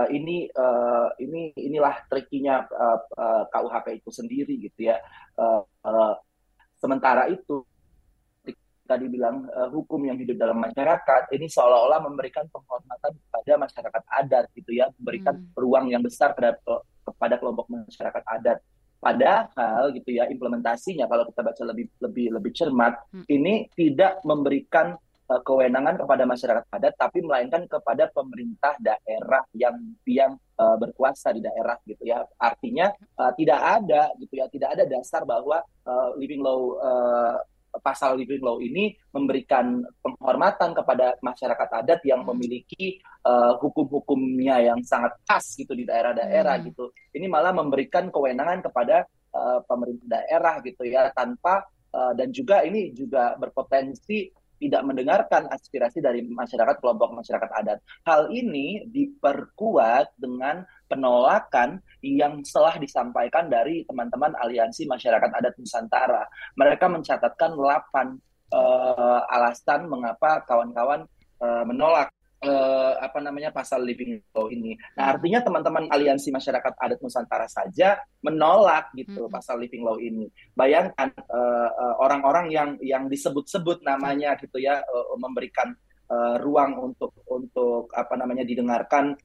S4: inilah trikinya KUHP itu sendiri gitu ya. Sementara itu tadi bilang hukum yang hidup dalam masyarakat ini seolah-olah memberikan penghormatan kepada masyarakat adat gitu ya, memberikan ruang yang besar kepada kelompok masyarakat adat. Padahal gitu ya, implementasinya kalau kita baca lebih cermat, ini tidak memberikan kewenangan kepada masyarakat adat, tapi melainkan kepada pemerintah daerah yang berkuasa di daerah gitu ya. Artinya tidak ada dasar bahwa pasal living law ini memberikan penghormatan kepada masyarakat adat yang memiliki hukum-hukumnya yang sangat khas gitu di daerah-daerah gitu. Ini malah memberikan kewenangan kepada pemerintah daerah gitu ya, tanpa dan juga ini juga berpotensi tidak mendengarkan aspirasi dari kelompok masyarakat adat. Hal ini diperkuat dengan penolakan yang telah disampaikan dari teman-teman Aliansi Masyarakat Adat Nusantara. Mereka mencatatkan 8 alasan mengapa kawan-kawan menolak pasal living law ini. Nah, artinya teman-teman Aliansi Masyarakat Adat Nusantara saja menolak gitu pasal living law ini. Bayangkan orang-orang yang disebut-sebut namanya gitu ya, memberikan ruang untuk didengarkan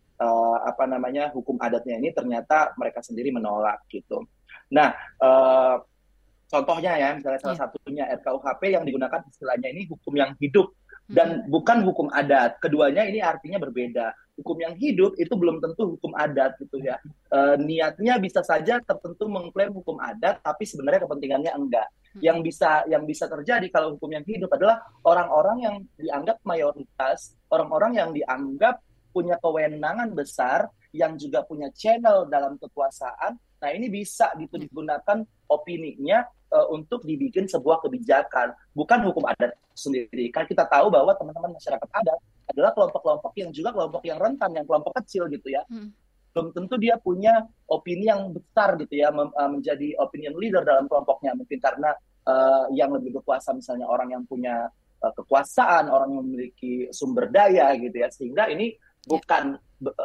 S4: hukum adatnya ini, ternyata mereka sendiri menolak gitu. Nah, contohnya ya, misalnya salah satunya RKUHP yang digunakan istilahnya ini hukum yang hidup dan bukan hukum adat. Keduanya ini artinya berbeda. Hukum yang hidup itu belum tentu hukum adat gitu ya. Niatnya bisa saja tertentu mengklaim hukum adat, tapi sebenarnya kepentingannya enggak. Yang bisa terjadi kalau hukum yang hidup adalah orang-orang yang dianggap mayoritas, orang-orang yang dianggap punya kewenangan besar, yang juga punya channel dalam kekuasaan. Nah, ini bisa gitu digunakan opininya untuk dibikin sebuah kebijakan, bukan hukum adat sendiri. Kan kita tahu bahwa teman-teman masyarakat adat adalah kelompok-kelompok yang juga kelompok yang rentan, yang kelompok kecil gitu ya. Belum tentu dia punya opini yang besar gitu ya, menjadi opinion leader dalam kelompoknya, mungkin karena yang lebih berkuasa, misalnya orang yang punya kekuasaan, orang yang memiliki sumber daya gitu ya, sehingga ini bukan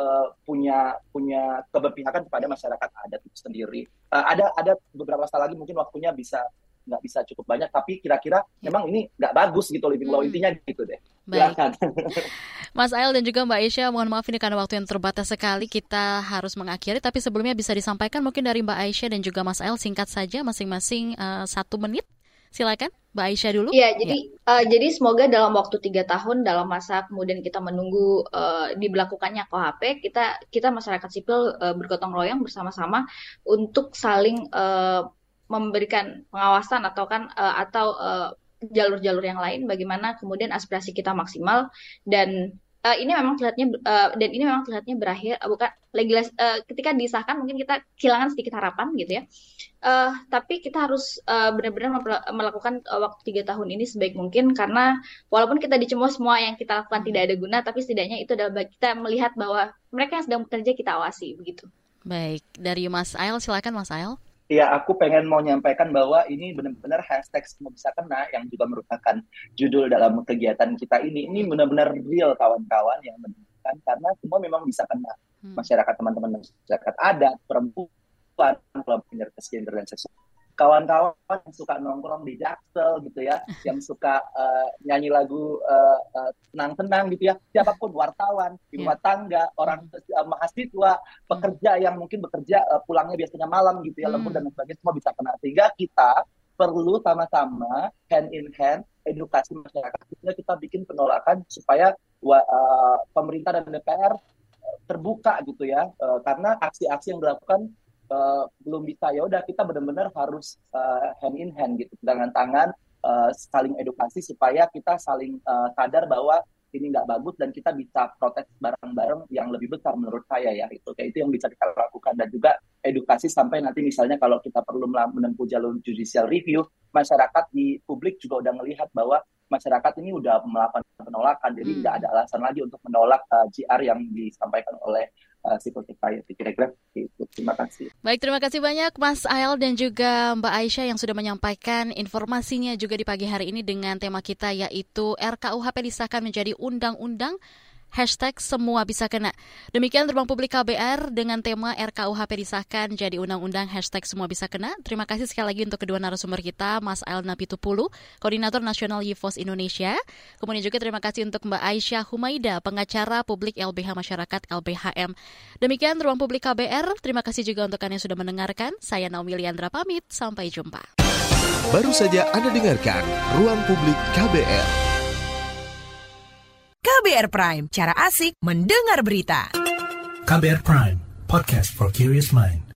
S4: punya keberpihakan kepada masyarakat adat itu sendiri. Ada beberapa hal lagi, mungkin waktunya nggak bisa cukup banyak, tapi kira-kira memang ini nggak bagus gitu living law, intinya gitu deh.
S3: Baik. Mas Ael dan juga Mbak Aisyah, mohon maaf ini karena waktu yang terbatas sekali, kita harus mengakhiri, tapi sebelumnya bisa disampaikan mungkin dari Mbak Aisyah dan juga Mas Ael singkat saja masing-masing 1 menit. Silakan Mbak Aisyah dulu.
S5: Iya, jadi semoga dalam waktu 3 tahun, dalam masa kemudian kita menunggu diberlakukannya KUHP, kita masyarakat sipil bergotong royong bersama-sama untuk saling memberikan pengawasan atau jalur-jalur yang lain, bagaimana kemudian aspirasi kita maksimal. Dan ini memang terlihatnya berakhir, bukan ketika disahkan mungkin kita kehilangan sedikit harapan gitu ya. Tapi kita harus benar-benar melakukan waktu 3 tahun ini sebaik mungkin, karena walaupun kita dicemooh semua yang kita lakukan tidak ada guna, tapi setidaknya itu adalah kita melihat bahwa mereka yang sedang bekerja kita awasi begitu.
S3: Baik, dari Mas Ael, silakan Mas Ael.
S4: Ya, aku pengen mau nyampaikan bahwa ini benar-benar hashtag Semua Bisa Kena yang juga merupakan judul dalam kegiatan kita ini benar-benar real kawan-kawan yang menentukan, karena semua memang bisa kena. Masyarakat, teman-teman masyarakat adat, perempuan, kelompok minoritas gender dan seksual, kawan-kawan yang suka nongkrong di Jaksel gitu ya, yang suka nyanyi lagu tenang-tenang gitu ya, siapapun, wartawan, ibu rumah tangga, orang mahasiswa, pekerja yang mungkin bekerja pulangnya biasanya malam gitu ya, lembur dan sebagainya, semua bisa kena. Sehingga kita perlu sama-sama hand in hand edukasi masyarakat, sehingga kita bikin penolakan supaya pemerintah dan DPR terbuka gitu ya, karena aksi-aksi yang dilakukan belum bisa. Ya udah, kita benar-benar harus hand in hand gitu, dengan tangan, saling edukasi supaya kita saling sadar bahwa ini nggak bagus dan kita bisa protes bareng-bareng yang lebih besar menurut saya ya. Itu yang bisa kita lakukan, dan juga edukasi sampai nanti misalnya kalau kita perlu menempuh jalur judicial review, masyarakat di publik juga udah melihat bahwa masyarakat ini udah melakukan penolakan, jadi nggak ada alasan lagi untuk menolak GR yang disampaikan oleh civil society. Kira-kira itu. Terima kasih.
S3: Baik, terima kasih banyak Mas Ael dan juga Mbak Aisyah yang sudah menyampaikan informasinya juga di pagi hari ini dengan tema kita, yaitu RKUHP disahkan menjadi undang-undang, #semua bisa kena. Demikian Ruang Publik KBR dengan tema RKUHP disahkan jadi undang-undang, #semua bisa kena. Terima kasih sekali lagi untuk kedua narasumber kita, Mas Ael Napitupulu, Koordinator Nasional YIVOS Indonesia. Kemudian juga terima kasih untuk Mbak Aisyah Humaida, pengacara publik LBH Masyarakat LBHM. Demikian Ruang Publik KBR. Terima kasih juga untuk Anda yang sudah mendengarkan. Saya Naomi Liandra pamit. Sampai jumpa.
S2: Baru saja Anda dengarkan Ruang Publik KBR.
S12: KBR Prime, cara asik mendengar berita.
S17: KBR Prime, podcast for curious mind.